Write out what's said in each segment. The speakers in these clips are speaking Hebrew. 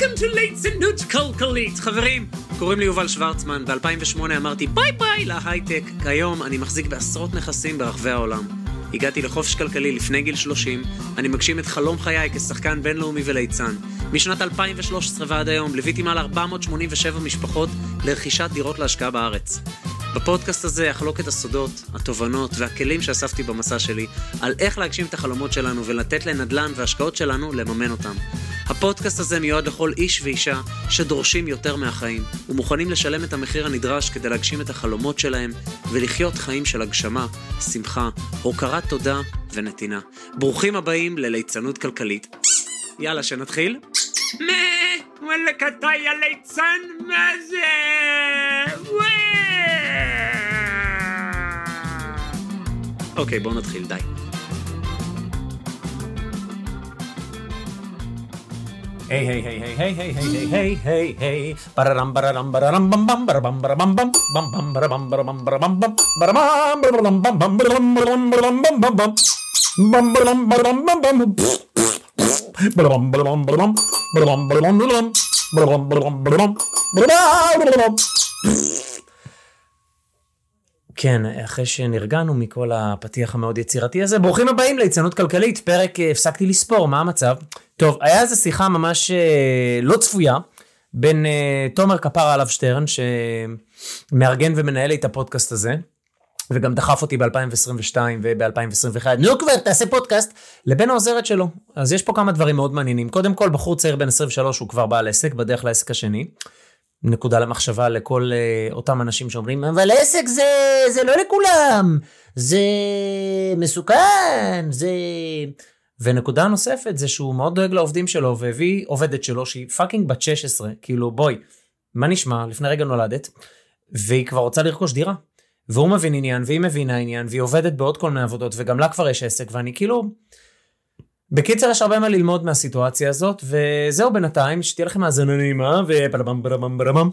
Welcome to ליצנות כלכלית. חברים, קוראים לי יובל שוורצמן. ב-2008 אמרתי ביי ביי להייטק. כיום אני מחזיק בעשרות נכסים ברחבי העולם. הגעתי לחופש כלכלי לפני גיל 30. אני מגשים את חלום חיי כשחקן בינלאומי וליצן. משנת 2013 ועד היום ליוויתי מעל 487 משפחות לרכישת דירות להשקעה בארץ. בפודקאסט הזה אחלוק את הסודות, התובנות והכלים שאספתי במסע שלי על איך להגשים את החלומות שלנו ולתת לנדל"ן והשקעות שלנו לממן אותם. הפודקאסט הזה מיועד לכל איש ואישה שדורשים יותר מהחיים ומוכנים לשלם את המחיר הנדרש כדי להגשים את החלומות שלהם ולחיות חיים של הגשמה, שמחה, הוקרת תודה ונתינה. ברוכים הבאים לליצנות כלכלית. יאללה, שנתחיל? וואלה קטעי הליצן, מה זה? אוקיי, בואו נתחיל, די. היי היי היי היי היי היי היי היי היי בררם בררם בררם במ במ ברבם ברבם במ במ ברבם ברבם ברבם במ ברבם ברבם במ ברבם ברבם ברבם במ במ במ ברבם ברבם במ במ ברבם ברבם ברבם ברבם ברבם ברבם ברבם ברבם ברבם. כן, אחרי שנרגענו מכל הפתיח המאוד יצירתי הזה, ברוכים הבאים ליצנות כלכלית, פרק הפסקתי לספור, מה המצב? טוב, היה איזו שיחה ממש לא צפויה, בין תומר כפרה עליו שטרן, שמארגן ומנהל לי את הפודקאסט הזה, וגם דחף אותי ב-2022 וב-2021, נו כבר, תעשה פודקאסט, לבין העוזרת שלו. אז יש פה כמה דברים מאוד מעניינים. קודם כל, בחור צעיר בן 23, הוא כבר בעל עסק, בדרך לעסק השני. נקודה למחשבה לכל אותם אנשים שאומרים, אבל עסק זה לא לכולם, זה מסוכן, זה... ונקודה נוספת זה שהוא מאוד דואג לעובדים שלו, והביא עובדת שלו שהיא פאקינג בת 16, כאילו בואי, מה נשמע? לפני רגע נולדת, והיא כבר רוצה לרכוש דירה, והוא מבין עניין, והיא מבינה עניין, והיא עובדת בעוד כל מיני עבודות, וגם לה כבר יש עסק, ואני כאילו... בקיצר יש הרבה מה ללמוד מהסיטואציה הזאת, וזהו בינתיים, שתהיה לכם האזנה נעימה, ובלבם ברבם ברבם,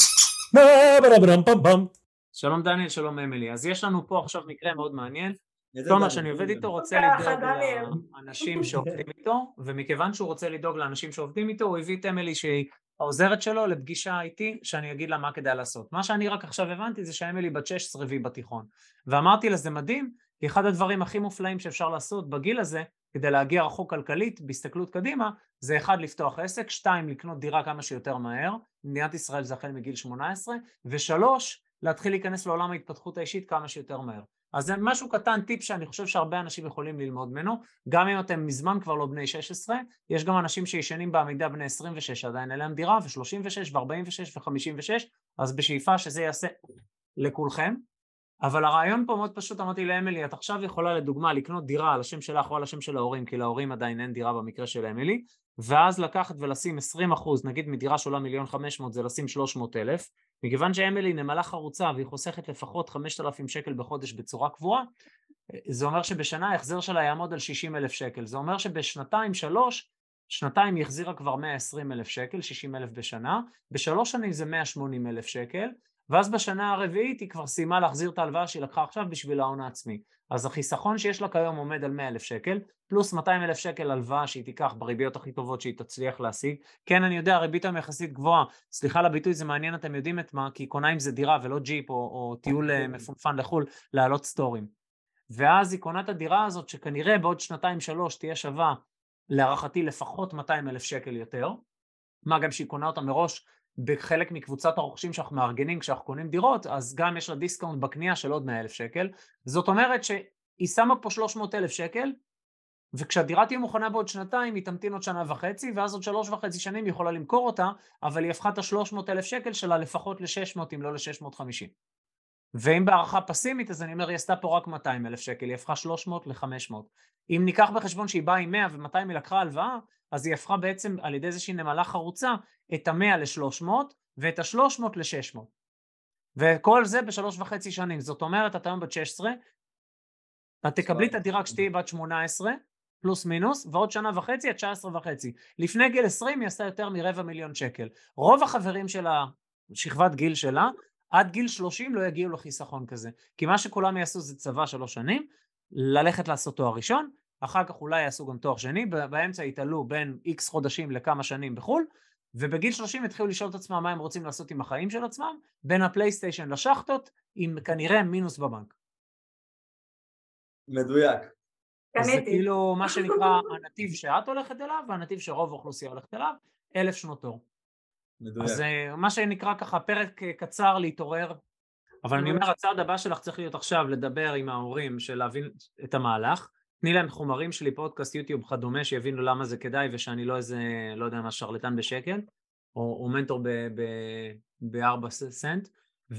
ברבם ברבם. שלום דניאל, שלום אמילי. אז יש לנו פה עכשיו מקרה מאוד מעניין. תומר שאני עובד איתו רוצה לדאוג לאנשים שעובדים איתו, ומכיוון שהוא רוצה לדאוג לאנשים שעובדים איתו, הוא הביא את אמילי שהיא העוזרת שלו לפגישה איתי, שאני אגיד לה מה כדאי לעשות. מה שאני רק עכשיו הבנתי זה שאמילי בת 16 והיא בתיכון. ואמרתי לה זה מדהים, כי אחד הדברים הכי מופלאים שאפשר לעשות בגיל הזה, כדי להגיע רחוק כלכלית, בהסתכלות קדימה, זה 1, לפתוח עסק, 2, לקנות דירה כמה שיותר מהר, במדינת ישראל זה החל מגיל 18, ו3, להתחיל להיכנס לעולם ההתפתחות האישית כמה שיותר מהר. אז זה משהו קטן, טיפ שאני חושב שהרבה אנשים יכולים ללמוד ממנו, גם אם אתם מזמן כבר לא בני 16, יש גם אנשים שישנים בעמידה בני 26, עדיין אליהם דירה, ו36, ו46, ו56, אז בשאיפה שזה יעשה לכולכם. אבל הרעיון פה מאוד פשוט, אמרתי לאמילי, את עכשיו יכולה לדוגמה לקנות דירה על השם שלך או על השם של ההורים, כי להורים עדיין אין דירה במקרה של אמילי, ואז לקחת ולשים 20%, נגיד מדירה שעולה 1,500,000 זה לשים 300,000, מכיוון שאמילי נמלה חרוצה והיא חוסכת לפחות 5,000 שקל בחודש בצורה קבועה, זה אומר שבשנה ההחזר שלה יעמוד על 60,000 שקל, זה אומר שבשנתיים, 3, שנתיים היא החזירה כבר 120,000 שקל, 60,000 בשנה, ב3 שנים זה 180,000 שקל, ואז בשנה הרביעית היא כבר סיימה להחזיר את ההלוואה שהיא לקחה עכשיו בשביל ההון העצמי. אז החיסכון שיש לה כיום עומד על 100,000 שקל, פלוס 200,000 שקל הלוואה שהיא תיקח בריביות הכי טובות שהיא תצליח להשיג. כן, אני יודע, הריבית היום יחסית גבוהה, סליחה לביטוי, זה מעניין, אתם יודעים את מה, כי היא קונה אם זה דירה ולא ג'יפ או טיול מפונפן לחול, להעלות סטורים. ואז היא קונה את הדירה הזאת שכנראה בעוד 2-3 תהיה שווה, להערכתי לפחות 200,000 שקל יותר, מה גם שהיא קונה אותה מראש, בחלק מקבוצת הרוכשים שאנחנו מארגנים כשאנחנו קונים דירות, אז גם יש לה דיסקאונט בקנייה של עוד 100,000 שקל, זאת אומרת שהיא שמה פה 300,000 שקל, וכשהדירה תהיה מוכנה בעוד 2 היא תמתין עוד 1.5 שנה, ואז עוד 3.5 שנים היא יכולה למכור אותה, אבל היא הפכה את 300,000 שקל שלה לפחות ל-600 אם לא ל-650. ואם בערכה פסימית, אז אני אומר, היא עשתה פה רק 200,000 שקל, היא הפכה 300 ל-500. אם ניקח בחשבון שהיא באה עם 100 ו-200 היא לקחה הלוואה, אז היא הפכה בעצם על ידי איזושהי נמלה חרוצה את ה-100 ל-300 ואת ה-300 ל-600. וכל זה ב3.5 שנים. זאת אומרת, אתה היום בת 16, את תקבלי את הדירה כשתהי בת 18, פלוס מינוס, ועוד 1.5 שנה עד 19.5. לפני גיל 20 היא עשתה יותר מ250,000 שקל. רוב החברים של השכבת גיל שלה, עד גיל 30 לא יגיעו לחיסכון כזה. כי מה שכולם יעשו זה צבא 3 שנים, ללכת לעשות תואר ראשון, אחר כך אולי יעשו גם תואר שני, באמצע יתעלו בין X חודשים לכמה שנים בחול, ובגיל 30 התחילו לשאול את עצמם מה הם רוצים לעשות עם החיים של עצמם, בין הפלייסטיישן לשחטות, עם כנראה מינוס בבנק. מדויק. אז זה כאילו מה שנקרא הנתיב שאת הולכת אליו, והנתיב שרוב האוכלוסייה הולכת אליו, 1000 שנות אור. מדויק. אז מה שנקרא ככה פרק קצר להתעורר, אבל אני אומר, הצעד הבא שלך צריך להיות עכשיו לדבר עם ההורים של להבין את המהלך, תני להם חומרים שלי, פודקאסט, יוטיוב, כדומה, שיבינו למה זה כדאי, ושאני לא איזה, לא יודע מה, שרלטן בשקל, או מנטור ב4 סנט,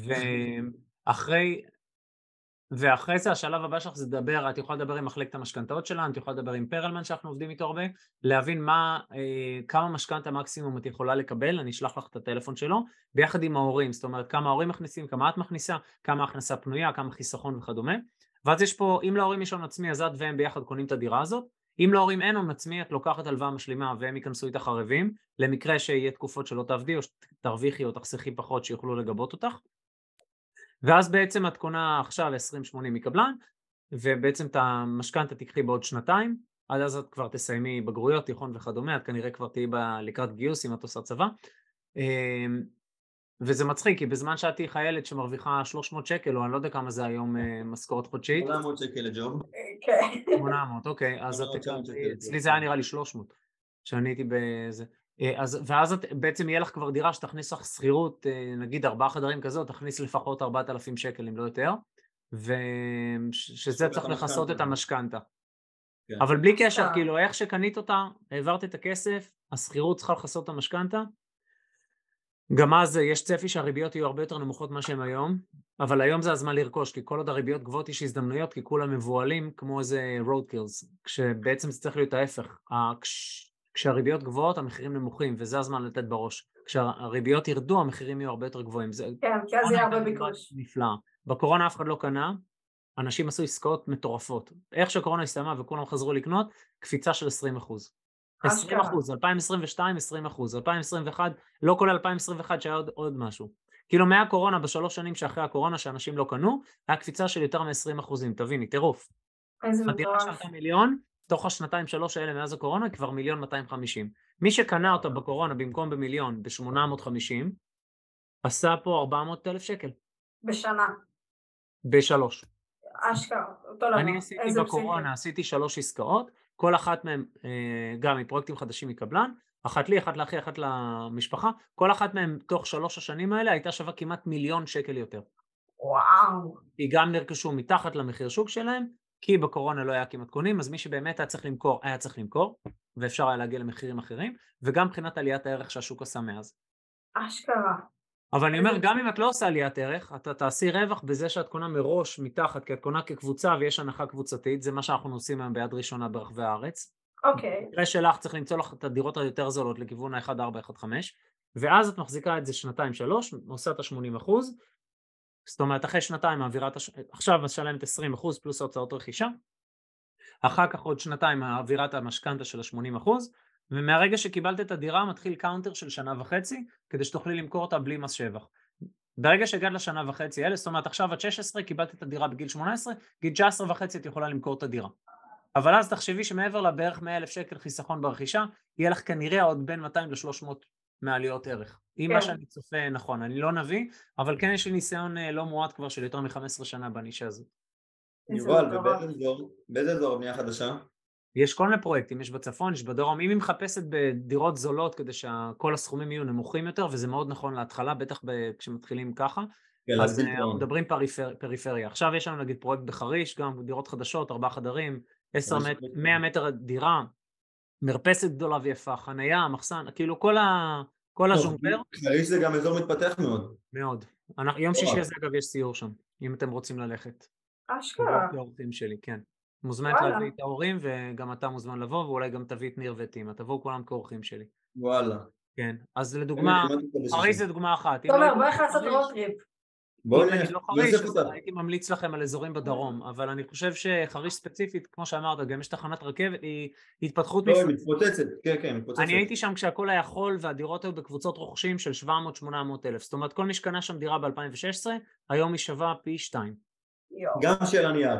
ואחרי זה השלב הבא שלך זה לדבר, את יכולה לדבר עם מחלקת המשכנתאות שלנו, את יכולה לדבר עם פרלמן שאנחנו עובדים איתו הרבה, להבין כמה משכנתה מקסימום את יכולה לקבל, אני אשלח לך את הטלפון שלו, ביחד עם ההורים, זאת אומרת כמה ההורים מכניסים, כמה את מכניסה, כמה הכנסה פנויה, כמה חיסכון וכדומה, ואז יש פה, אם להורים יש הון עצמי, אז את והם ביחד קונים את הדירה הזאת, אם להורים אין הון עצמי, את לוקחת הלוואה משלימה והם ייכנסו איתך ערבים, למקרה שיהיה תקופות שלא תעבדי או שתרוויחי או תחסכי פחות שיוכלו לגבות אותך, ואז בעצם את קונה עכשיו 20-80 מקבלן, ובעצם את המשכנתה תקחי בעוד 2, עד אז את כבר תסיימי בגרויות, תיכון וכדומה, את כנראה כבר תהיי לקראת גיוס אם את עושה צבא, וזה מצחיק, כי בזמן שאת תהיי חיילת שמרוויחה 300 שקל, או אני לא יודע כמה זה היום משכורת חודשית. 800 שקל לג'וב. כן. 800, אוקיי, אז אצלי זה היה נראה לי 300, שאני הייתי בזה. ואז בעצם יהיה לך כבר דירה שתכניס לך שכירות, נגיד 4 חדרים כזאת, תכניס לפחות 4,000 שקל אם לא יותר, ושזה צריך לחסות את המשכנתה. אבל בלי קשר, כאילו איך שקנית אותה, העברת את הכסף, השכירות צריכה לחסות את המשכנתה, גם אז יש צפי שהריביות יהיו הרבה יותר נמוכות מה שהן היום, אבל היום זה הזמן לרכוש, כי כל עוד הריביות גבוהות יש הזדמנויות, כי כולם מבועלים כמו איזה roadkills, כשבעצם זה צריך להיות ההפך, כשהריביות גבוהות המחירים נמוכים, וזה הזמן לתת בראש. כשהריביות ירדו המחירים יהיו הרבה יותר גבוהים. כן, כי אז יהיה הרבה ביקוש. נפלא. בקורונה אף אחד לא קנה, אנשים עשו עסקאות מטורפות. איך שהקורונה הסתיימה וכולם חזרו לקנות, קפיצה של 20%. 20%, 2022 20%, 2021, לא כולל 2021 שהיה עוד משהו. כאילו מהקורונה, בשלוש שנים שאחרי הקורונה שאנשים לא קנו, היה קפיצה של יותר מ-20%, תביני, טירוף. איזה מטורף. הדירה שעלתה מיליון, תוך השנתיים-שלוש האלה מאז הקורונה, כבר 1,250,000. מי שקנה אותה בקורונה במקום במיליון, ב-850, עשה פה 400,000 שקל. בשנה. בשלוש. אשכרה, אותו דבר. אני עשיתי בקורונה, עשיתי 3 עסקאות, כל אחת מהן גם מפרויקטים חדשים מקבלן, אחת לי, אחת לאחי, אחת למשפחה, כל אחת מהן תוך 3 השנים האלה הייתה שווה כמעט 1,000,000 שקל יותר. וואו. היא גם נרכשו מתחת למחיר שוק שלהם, כי בקורונה לא היה כמעט קונים, אז מי שבאמת היה צריך למכור, ואפשר היה להגיע למחירים אחרים, וגם מבחינת עליית הערך שהשוק עשה מאז. אשכרה. אבל אני אומר, גם אם את לא עושה עליית ערך, אתה תעשי רווח בזה שאת קונה מראש מתחת, כי את קונה כקבוצה ויש הנחה קבוצתית, זה מה שאנחנו עושים היום ביד ראשונה ברחבי הארץ. אוקיי. במקרה שלך צריך למצוא לך את הדירות היותר זולות לכיוון ה-1.4, 1.5, ואז את מחזיקה את זה 2-3, עושה את ה-80%, זאת אומרת, אחרי שנתיים מעבירה עכשיו משלמת 20% פלוס הוצאות רכישה, אחר כך עוד שנתיים מעבירה את המשכנתה של ה-80%, ומהרגע שקיבלת את הדירה מתחיל קאונטר של 1.5 כדי שתוכלי למכור אותה בלי מס שבח. ברגע שהגעת ל1.5 האלה, זאת אומרת עכשיו עד 16 קיבלת את הדירה בגיל 18, גיל 19.5 את יכולה למכור את הדירה. אבל אז תחשבי שמעבר לבערך 100,000 שקל חיסכון ברכישה, יהיה לך כנראה עוד בין 200 ל-300 מעליות ערך. אם מה שאני צופה נכון, אני לא נביא, אבל כן יש לי ניסיון לא מועט כבר של יותר מ-15 שנה בנישה הזאת. יובל, ובאיזה אזור בנייה חדשה? יש כל מיני פרויקטים, יש בצפון, יש בדרום, אם היא מחפשת בדירות זולות כדי שכל הסכומים יהיו נמוכים יותר, וזה מאוד נכון להתחלה, בטח כשמתחילים ככה, אז מדברים פריפריה. עכשיו יש לנו נגיד פרויקט בחריש, גם דירות חדשות, 4 חדרים, 100 מטר דירה, מרפסת גדולה ויפה, חנייה, מחסן, כאילו כל הז'ונגלר. חריש זה גם אזור מתפתח מאוד. מאוד. יום שישי הזה אגב יש סיור שם, אם אתם רוצים ללכת. אשכרה. האורחים שלי, כן. מוזמנת להביא את ההורים, וגם אתה מוזמן לבוא, ואולי גם תביא את ניר וטימה, תבואו כולם כאורחים שלי. וואלה. כן, אז לדוגמה, חריש זה דוגמה אחת. תומר, בוא איך לעשות רוטריפ. אם אני לא חריש, אז הייתי ממליץ לכם על אזורים בדרום, אבל אני חושב שחריש ספציפית, כמו שאמרת, גם יש תחנת רכבת, היא התפתחות לא, היא מתפוצצת, כן, מתפוצצת. אני הייתי שם כשהכל היה חול, והדירות היו בקבוצות רוכשים של 700-800 אלף, זאת אומרת, כל מי שקנה שם דירה ב-2016, היום היא שווה פי 2. גם של הנייר.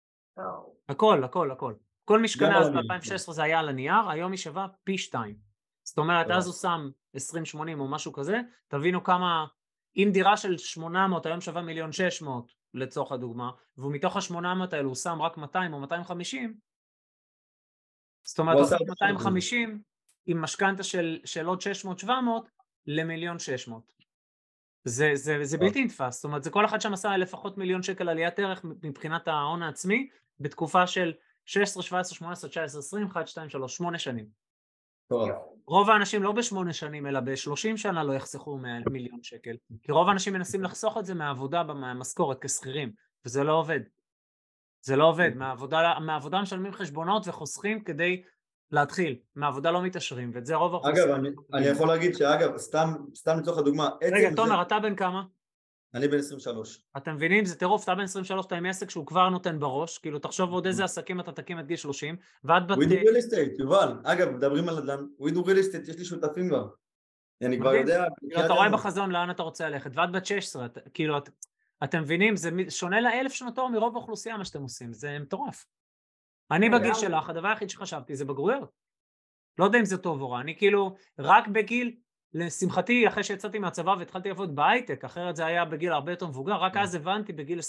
הכל. כל מי שקנה אז ב-2016 זה היה על הנייר, היום היא שווה פי 2. זאת אומרת, אז הוא שם 2080 או משהו כזה, תבינו כמה, אם דירה של 800 היום שווה 1,600,000 לצורך הדוגמה, והוא מתוך ה-800 האלו הוא שם רק 200 או 250, זאת אומרת, הוא הוא עשה שם 250 עם משכנתה של עוד 600-700 ל1,600,000. זה בלתי נתפס, זאת אומרת, זה כל אחד שם עשה לפחות 1,000,000 שקל עליית ערך מבחינת ההון העצמי, בתקופה של 16, 17, 18, 19, 20, 1, 2, 3, 8 שנים. רוב האנשים לא ב8 שנים, אלא ב30 שנה לא יחסכו 1,000,000 שקל, כי רוב האנשים מנסים לחסוך את זה מהעבודה במשכורת כשכירים, וזה לא עובד. זה לא עובד, מהעבודה משלמים חשבונות וחוסכים כדי להתחיל, מהעבודה לא מתעשרים, ואת זה רוב האוכלוסייה. אגב, אני יכול להגיד שאגב, סתם לצורך הדוגמה, רגע, תומר, אתה בן כמה? אני בן 23. אתם מבינים? זה טירוף, אתה בן 23, אתה עם עסק שהוא כבר נותן בראש, כאילו תחשוב עוד איזה עסקים אתה תקים עד גיל 30, ועד בת... ווידו ריל אסטייט, יובל, אגב, מדברים על נדל"ן, ווידו ריל אסטייט, יש לי שותפים כבר. אני כבר יודע... אתה רואה בחזון לאן אתה רוצה ללכת, ועד בת 16, כאילו, אתם מבינים? זה שונה ל1,000 שנות אור מרוב האוכלוסייה מה שאתם עושים, זה מטורף. אני בגיל שלך, הדבר היחיד שחשבתי זה בגרויות. לא יודע אם זה טוב או רע, אני כאילו רק בגיל, לשמחתי אחרי שיצאתי מהצבא והתחלתי לעבוד בהייטק, אחרת זה היה בגיל הרבה יותר מבוגר, רק אז הבנתי בגיל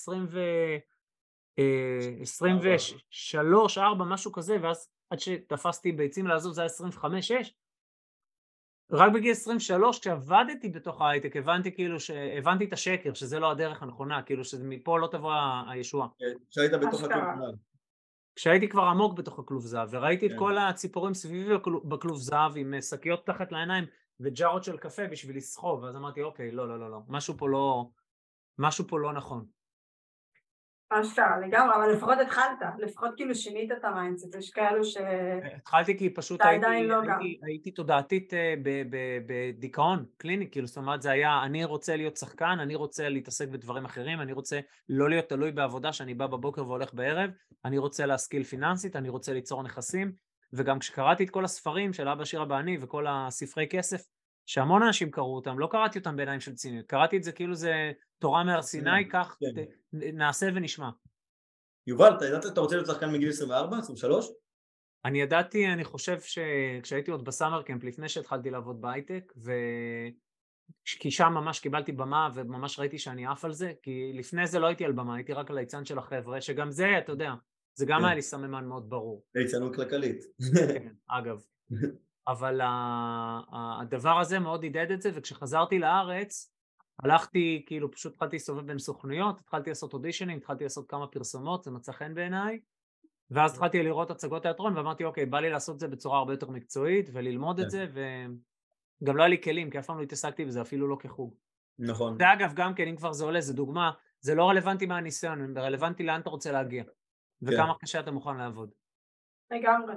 23, 4, משהו כזה, ואז עד שתפסתי ביצים לעזוב זה היה 25, 6. רק בגיל 23 כשעבדתי בתוך ההייטק הבנתי כאילו שהבנתי את השקר, שזה לא הדרך הנכונה, כאילו שמפה לא תבוא הישועה. כשהיית בתוך הכלוב זהב. כשהייתי כבר עמוק בתוך הכלוב זהב, וראיתי את כל הציפורים סביבי בכלוב זהב עם שקיות תחת לעיניים וג'ארות של קפה בשביל לסחוב, ואז אמרתי אוקיי, לא, משהו פה לא נכון. לגמרי, אבל לפחות התחלת, לפחות כאילו שינית את המיינדסט, יש כאלו ש... התחלתי כי פשוט הייתי תודעתית בדיכאון קליני, כאילו זאת אומרת זה היה, אני רוצה להיות שחקן, אני רוצה להתעסק בדברים אחרים, אני רוצה לא להיות תלוי בעבודה שאני בא בבוקר והולך בערב, אני רוצה להשכיל פיננסית, אני רוצה ליצור נכסים, וגם כשקראתי את כל הספרים של אבא שירה בעני וכל הספרי כסף, שהמון אנשים קראו אותם, לא קראתי אותם בעיניים של ציניות, קראתי את זה כאילו זה תורה מהר סיני, כך נעשה ונשמע. יובל, אתה ידעת שאתה רוצה להיות שחקן מגיל 24, 23? אני ידעתי, אני חושב שכשהייתי עוד בסאמר קמפ, לפני שהתחלתי לעבוד בהייטק, כי שם ממש קיבלתי במה וממש ראיתי שאני עף על זה, כי לפני זה לא הייתי על במה, הייתי רק על ליצן של החבר'ה, שגם זה, אתה יודע, זה גם היה לי סממן מאוד ברור. ליצנות כלכלית. כן, אגב. אבל הדבר הזה מאוד עידד את זה, וכשחזרתי לארץ, הלכתי, כאילו פשוט התחלתי להסתובב בין סוכנויות, התחלתי לעשות אודישנים, התחלתי לעשות כמה פרסומות, זה מצא חן בעיניי, ואז התחלתי לראות הצגות תיאטרון, ואמרתי אוקיי, בא לי לעשות את זה בצורה הרבה יותר מקצועית, וללמוד את זה, וגם לא היה לי כלים, כי אף פעם לא התעסקתי בזה, אפילו לא כחוג. נכון. זה אגב, גם כן, אם כבר זה עולה, זה דוגמה, זה לא רלוונטי מה הניסיון, זה רלוונטי לאן אתה רוצה להגיע, וכמה קשה אתה מוכן לעבוד. לגמרי.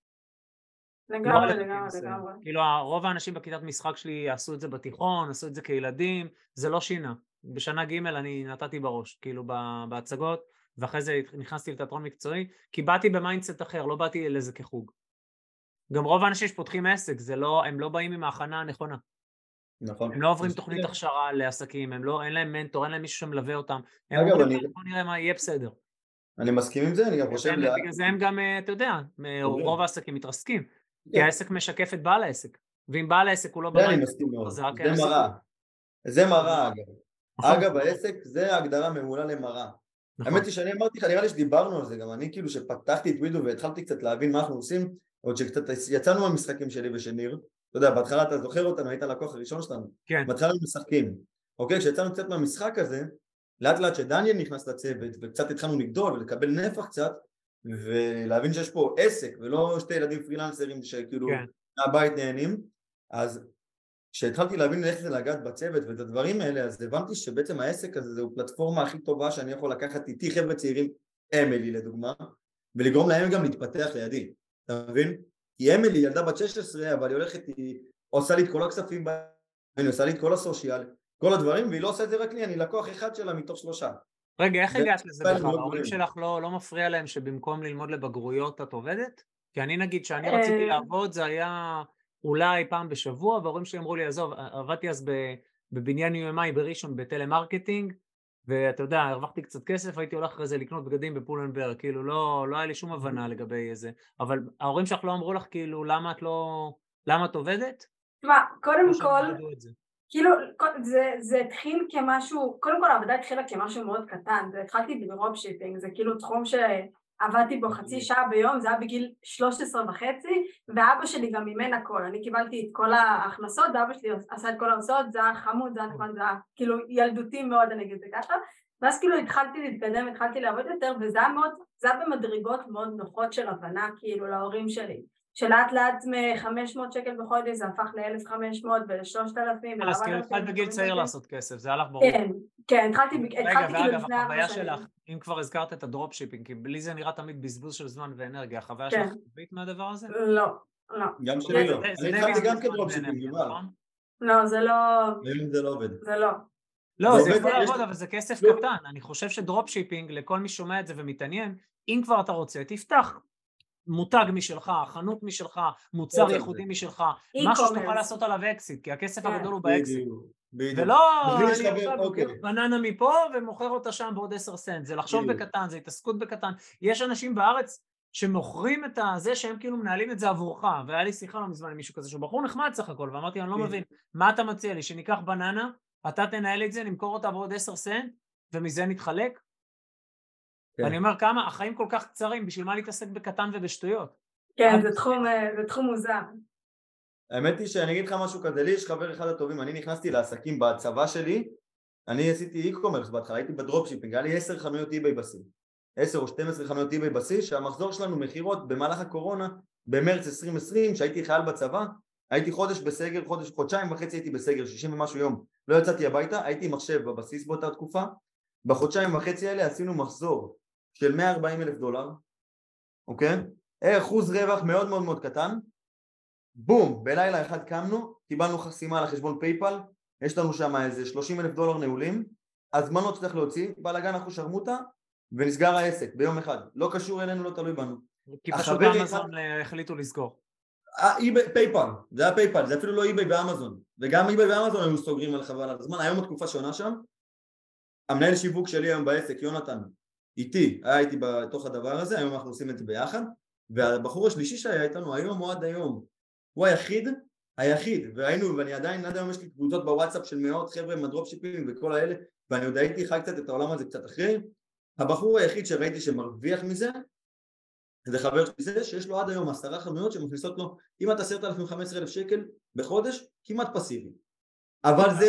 כאילו רוב האנשים בכיתת משחק שלי עשו את זה בתיכון, עשו את זה כילדים, זה לא שינה. בשנה ג' אני נתתי בראש, כאילו בהצגות, ואחרי זה נכנסתי לתיאטרון מקצועי, כי באתי במיינדסט אחר, לא באתי לזה כחוג. גם רוב האנשים שפותחים עסק, הם לא באים עם ההכנה הנכונה. נכון. הם לא עוברים תוכנית הכשרה לעסקים, אין להם מנטור, אין להם מישהו שמלווה אותם. אגב, בוא נראה מה יהיה בסדר. אני מסכים עם זה, אני גם חושב... בגלל זה הם גם, אתה יודע, רוב העסקים מתרסקים. כי העסק משקף את בעל העסק, ואם בעל העסק הוא לא זה אני מסכים מאוד, זה מראה אגב. אגב העסק זה ההגדרה מעולה למראה. האמת היא שאני אמרתי לך, נראה לי שדיברנו על זה גם, אני כאילו שפתחתי את ווידו והתחלתי קצת להבין מה אנחנו עושים, עוד שקצת יצאנו מהמשחקים שלי ושניר, אתה יודע, בהתחלה אתה זוכר אותנו, היית הלקוח הראשון שלנו, בהתחלה משחקים, אוקיי, כשיצאנו קצת מהמשחק הזה, לאט לאט שדניאל נכנס לצוות וקצת התחלנו לגדול ולקבל נפח קצת, ולהבין שיש פה עסק ולא שתי ילדים פרילנסרים שכאילו מהבית נהנים, אז כשהתחלתי להבין איך זה לגעת בצוות ואת הדברים האלה, אז הבנתי שבעצם העסק הזה זהו פלטפורמה הכי טובה שאני יכול לקחת איתי חבר'ה צעירים, אמילי לדוגמה, ולגרום להם גם להתפתח לידי, אתה מבין? כי אמילי ילדה בת 16 אבל היא הולכת, היא עושה לי את כל הכספים, היא עושה לי את כל הסושיאל, כל הדברים, והיא לא עושה את זה רק לי, אני לקוח אחד שלה מתוך 3. רגע, איך הגעת לזה בכלל? ההורים שלך לא מפריע להם שבמקום ללמוד לבגרויות את עובדת? כי אני נגיד שאני רציתי לעבוד, זה היה אולי פעם בשבוע, וההורים שלי אמרו לי, עזוב, עבדתי אז בבניין UMI בראשון בטלמרקטינג, ואתה יודע, הרווחתי קצת כסף, הייתי הולך אחרי זה לקנות בגדים בפולנברג, כאילו לא היה לי שום הבנה לגבי זה, אבל ההורים שלך לא אמרו לך כאילו למה את עובדת? תשמע, קודם או שהם כל, לא ידעו את זה. כאילו, זה התחיל כמשהו, קודם כל העבודה התחילה כמשהו מאוד קטן, התחלתי בדרופשיפינג, זה כאילו תחום שעבדתי בו חצי שעה ביום, זה היה בגיל 13 וחצי, ואבא שלי גם מימן הכל, אני קיבלתי את כל ההכנסות, ואבא שלי עשה את כל ההוצאות, זה היה חמוד, זה היה נחמד, זה היה כאילו ילדותי מאוד, אני אגיד זה ככה, ואז כאילו התחלתי להתקדם, התחלתי לעבוד יותר, וזה היה מאוד, זה היה במדרגות מאוד נוחות של הבנה כאילו להורים שלי. שלאט לאט מ-500 שקל בחודש זה הפך ל-1,500 ול-3,000 אז כאילו התחלת בגיל צעיר לעשות כסף, זה הלך ברור. כן, כן, התחלתי כאילו ואגב, לפני 4 החוויה שנים. שלך, אם כבר הזכרת את הדרופשיפינג, כי בלי זה נראה תמיד בזבוז של זמן ואנרגיה, החוויה שלך חווית מהדבר הזה? לא, לא. גם שלי לא. זה אני התחלתי גם כדרופשיפינג, יובל. לא, זה לא... היום זה לא עובד. זה לא. לא, זה יכול לעבוד, אבל זה כסף קטן. אני חושב שדרופשיפינג, לכל מי שומע את זה ומתעניין, אם כבר אתה רוצה, תפתח מותג משלך, חנות משלך, מוצר ייחודי משלך, משהו שתוכל לעשות עליו אקסיט, כי הכסף הגדול הוא באקסיט. ולא, אני עכשיו בננה מפה ומוכר אותה שם בעוד 10 סנט, זה לחשוב בקטן, זה התעסקות בקטן. יש אנשים בארץ שמוכרים את זה שהם כאילו מנהלים את זה עבורך, והיה לי שיחה לא מזמן עם מישהו כזה שהוא בחור נחמד סך הכל, ואמרתי, אני לא מבין, מה אתה מציע לי, שניקח בננה, אתה תנהל את זה, נמכור אותה בעוד 10 סנט, ומזה נתחלק? אני אומר כמה, החיים כל כך קצרים, בשביל מה להתעסק בקטן ובשטויות? כן, זה תחום מוזר. האמת היא שאני אגיד לך משהו כזה, לי יש חבר אחד הטובים, אני נכנסתי לעסקים בצבא שלי, אני עשיתי e-commerce בהתחלה, הייתי בדרופשיפינג, היה לי 10 חנויות eBay בשיא, 10 או 12 חנויות eBay בשיא, שהמחזור שלנו מחירות במהלך הקורונה, במרץ 2020, שהייתי חייל בצבא, הייתי חודש בסגר, חודשיים וחצי הייתי בסגר, 60 ומשהו יום, לא יצאתי הביתה, הייתי מחשב בבסיס באותה תקופה, בחודשיים וחצי האלה עשינו מחזור של $140,000, אוקיי? אחוז רווח מאוד מאוד מאוד קטן, בום, בלילה אחד קמנו, קיבלנו חסימה על החשבון פייפל, יש לנו שם איזה $30,000 נעולים, הזמנות שצריך להוציא, בלגן אחו שרמוטה, ונסגר העסק ביום אחד, לא קשור אלינו, לא תלוי בנו. כי פשוט אמזון החליטו לסגור. פייפל, זה היה פייפל, זה אפילו לא eBay ואמזון, וגם eBay ואמזון היו סוגרים על חבל על הזמן, היום התקופה שונה שם, המנהל שיווק שלי היום בעסק, יונתן, היה איתי בתוך הדבר הזה, היום אנחנו עושים את זה ביחד, והבחור השלישי שהיה איתנו היום או עד היום, הוא היחיד, ואני עדיין עד היום יש לי קבוצות בוואטסאפ של מאות חבר'ה מהדרופשיפינג וכל האלה, ואני עוד הייתי חי קצת את העולם הזה קצת אחרי, הבחור היחיד שראיתי שמרוויח מזה, זה חבר שלי שיש לו עד היום 10 חנויות שמכניסות לו, אם אתה 10,000-15,000 שקל בחודש, כמעט פסיבי, אבל זה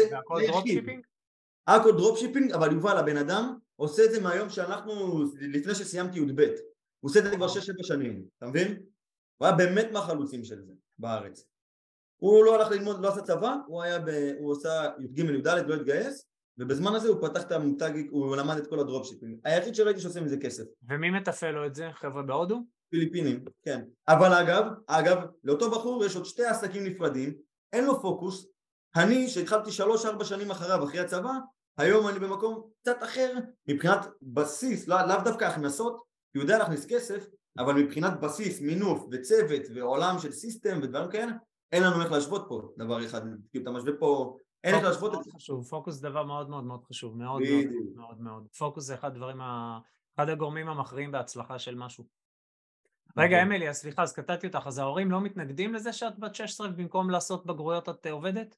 הכל דרופשיפינג, אבל יובל, הבן אדם עושה את זה מהיום שאנחנו, לפני שסיימתי י"ב, הוא עושה את זה כבר 6-7 שנים, אתה מבין? הוא היה באמת מהחלוצים של זה בארץ. הוא לא הלך ללמוד, לא עשה צבא, הוא עושה י"ג-י"ד, לא התגייס, ובזמן הזה הוא פתח את המותג, הוא למד את כל הדרופשיפינג. היחיד שראיתי שעושה מזה כסף. ומי מטפל לו את זה? חבר'ה בהודו? פיליפינים, כן. אבל אגב, לאותו בחור יש עוד 2 עסקים נפרדים, אין לו פוקוס. אני, שהתחלתי 3-4 שנים אחרי הצבא, היום אני במקום קצת אחר, מבחינת בסיס, לאו דווקא הכנסות, הוא יודע להכניס כסף, אבל מבחינת בסיס, מינוף וצוות ועולם של סיסטם ודברים כאלה, אין לנו איך להשוות פה דבר אחד, כאילו אתה משווה פה, אין איך להשוות את זה. פוקוס זה דבר מאוד מאוד מאוד חשוב, מאוד מאוד מאוד. פוקוס זה אחד הגורמים המכריעים בהצלחה של משהו. רגע אמילי, סליחה, אז קטעתי אותך, אז ההורים לא מתנגדים לזה שאת בת 16 במקום לעשות בגרויות את עובדת?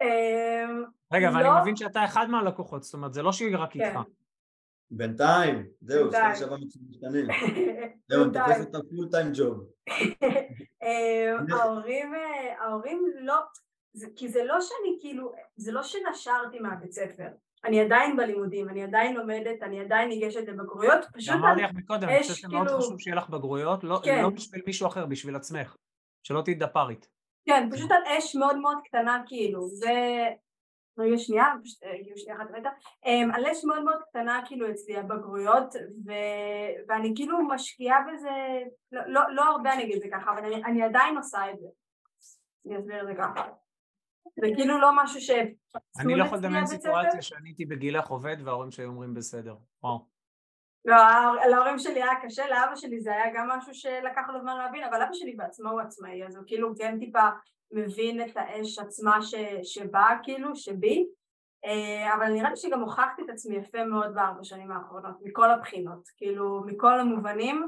רגע, ואני מבין שאתה אחד מהלקוחות, זאת אומרת, זה לא שהיא רק איתך. בינתיים, זהו, שווה משתנה. זהו, אני תופס את הפול טיים ג'וב. ההורים לא, כי זה לא שאני כאילו, זה לא שנשרתי מהבית ספר. אני עדיין בלימודים, אני עדיין לומדת, אני עדיין ניגשת לבגרויות, פשוט אמרתי לך מקודם, אני חושב שמאוד חשוב שיהיה לך בגרויות, לא בשביל מישהו אחר, בשביל עצמך, שלא תתדפרית. כן, פשוט על אש מאוד מאוד קטנה כאילו, רגע שנייה, אחת רגע, על אש מאוד מאוד קטנה כאילו אצלי הבגרויות, ואני כאילו משקיעה בזה, לא הרבה אני אגיד זה ככה, אבל אני עדיין עושה את זה. אני אסביר את זה ככה. זה כאילו לא משהו אני לא יכול לדמיין סיטואציה שאני הייתי בגילך עובד וההורים שלי אומרים בסדר. וואו. לא, להורים שלי היה קשה, לאבא שלי זה היה גם משהו שלקח לו זמן להבין, אבל אבא שלי בעצמו הוא עצמאי, אז הוא כאילו כן טיפה מבין את האש עצמה שבאה כאילו, שבי, אבל נראה לי שגם הוכחתי את עצמי יפה מאוד ב4 שנים האחרונות, מכל הבחינות, כאילו מכל המובנים,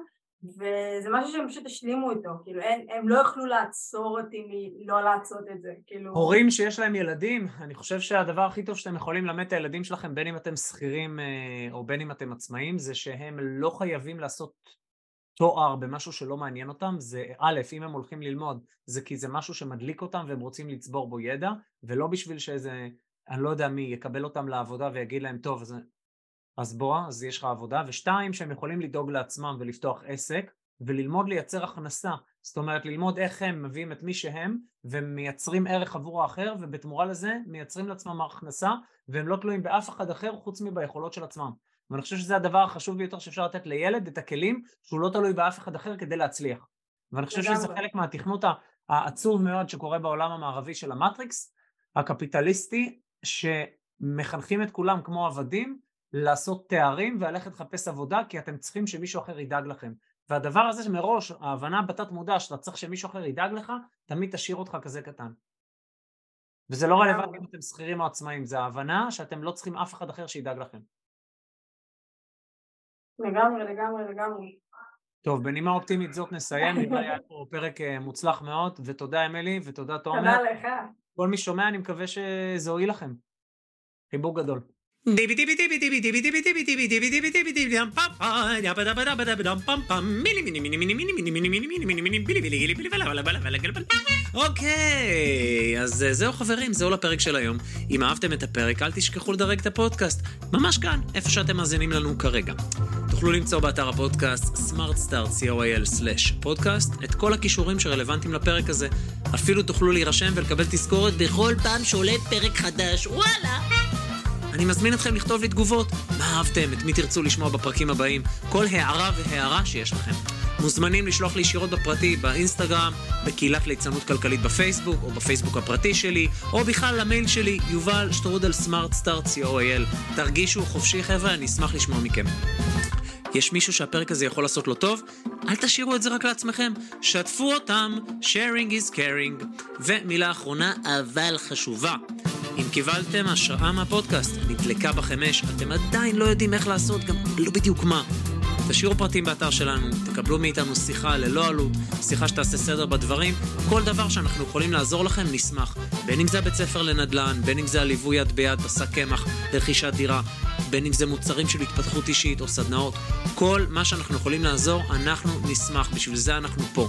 וזה משהו שהם פשוט השלימו איתו, כאילו הם לא יכלו לעצור אותי מלא לעשות את זה, כאילו... הורים שיש להם ילדים, אני חושב שהדבר הכי טוב שאתם יכולים ללמד את הילדים שלכם, בין אם אתם שכירים או בין אם אתם עצמאים, זה שהם לא חייבים לעשות תואר במשהו שלא מעניין אותם. זה א', אם הם הולכים ללמוד, זה כי זה משהו שמדליק אותם והם רוצים לצבור בו ידע, ולא בשביל שאיזה, אני לא יודע מי, יקבל אותם לעבודה ויגיד להם, טוב, אז בוא, אז יש לך עבודה. ושתיים, שהם יכולים לדאוג לעצמם ולפתוח עסק, וללמוד לייצר הכנסה. זאת אומרת, ללמוד איך הם מביאים את מי שהם, ומייצרים ערך עבור האחר, ובתמורה לזה מייצרים לעצמם הכנסה, והם לא תלויים באף אחד אחר חוץ מביכולות של עצמם. ואני חושב שזה הדבר החשוב ביותר שאפשר לתת לילד, את הכלים, שהוא לא תלוי באף אחד אחר כדי להצליח. ואני חושב שזה חלק מהתכנות העצוב מאוד שקורה בעולם המערבי של המטריקס, הקפיטליסטי, שמחנכים את כולם כמו עבדים, לעשות תארים וללכת לחפש עבודה, כי אתם צריכים שמישהו אחר ידאג לכם. והדבר הזה שמראש, ההבנה בתת מודע שאתה צריך שמישהו אחר ידאג לך, תמיד תשאיר אותך כזה קטן. וזה לא רלוונטי אם אתם שכירים או עצמאים, זה ההבנה שאתם לא צריכים אף אחד אחר שידאג לכם. לגמרי. טוב, בנימה אופטימית זאת נסיים, נראה היה פה פרק מוצלח מאוד, ותודה אמילי, ותודה תומר. תודה לך. כל מי שומע, אני מקווה שזה הועיל לכם. חיבוק גדול. אוקיי, אז זהו חברים, זהו לפרק של היום. אם אהבתם את הפרק, אל תשכחו לדרג את הפודקאסט, ממש כאן, איפה שאתם מאזינים לנו כרגע. תוכלו למצוא באתר הפודקאסט smartstart.co.il/podcast את כל הכישורים שרלוונטיים לפרק הזה. אפילו תוכלו להירשם ולקבל תזכורת בכל פעם שעולה פרק חדש. וואלה! אני מזמין אתכם לכתוב לי תגובות, מה אהבתם, את מי תרצו לשמוע בפרקים הבאים, כל הערה והערה שיש לכם. מוזמנים לשלוח לי ישירות בפרטי, באינסטגרם, בקהילת ליצנות כלכלית בפייסבוק, או בפייסבוק הפרטי שלי, או בכלל למייל שלי, yuval@smartstart.co.il. תרגישו חופשי חבר'ה, אני אשמח לשמוע מכם. יש מישהו שהפרק הזה יכול לעשות לו טוב? אל תשאירו את זה רק לעצמכם, שתפו אותם, sharing is caring. ומילה אחרונה, אבל חשובה. אם קיבלתם השראה מהפודקאסט, נדלקה בכם אש, אתם עדיין לא יודעים איך לעשות, גם לא בדיוק מה. תשאירו פרטים באתר שלנו, תקבלו מאיתנו שיחה ללא עלות, שיחה שתעשה סדר בדברים, כל דבר שאנחנו יכולים לעזור לכם נשמח. בין אם זה בית ספר לנדל"ן, בין אם זה הליווי יד ביד, עשה קמח, לרכישת דירה, בין אם זה מוצרים של התפתחות אישית או סדנאות, כל מה שאנחנו יכולים לעזור, אנחנו נשמח, בשביל זה אנחנו פה.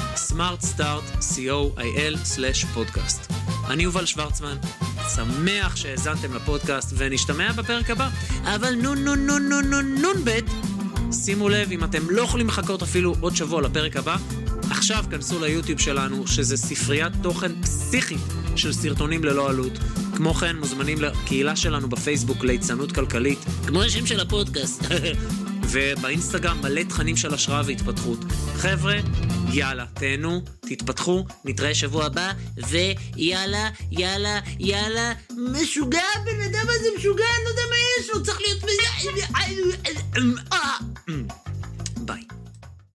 smartstart.co.il/podcast. אני יובל שוורצמן, שמח שהאזנתם לפודקאסט ונשתמע בפרק הבא. אבל נון בית, שימו לב, אם אתם לא יכולים לחכות אפילו עוד שבוע לפרק הבא, עכשיו כנסו ליוטיוב שלנו, שזה ספריית תוכן פסיכית של סרטונים ללא עלות. כמו כן, מוזמנים לקהילה שלנו בפייסבוק, ליצנות כלכלית, כמו השם של הפודקאסט. ובאינסטגרם מלא תכנים של השראה והתפתחות. חבר'ה, יאללה, תהנו, תתפתחו, נתראה שבוע הבא, ויאללה, משוגע, בן אדם הזה משוגע, אני לא יודע מה יש לו, צריך להיות...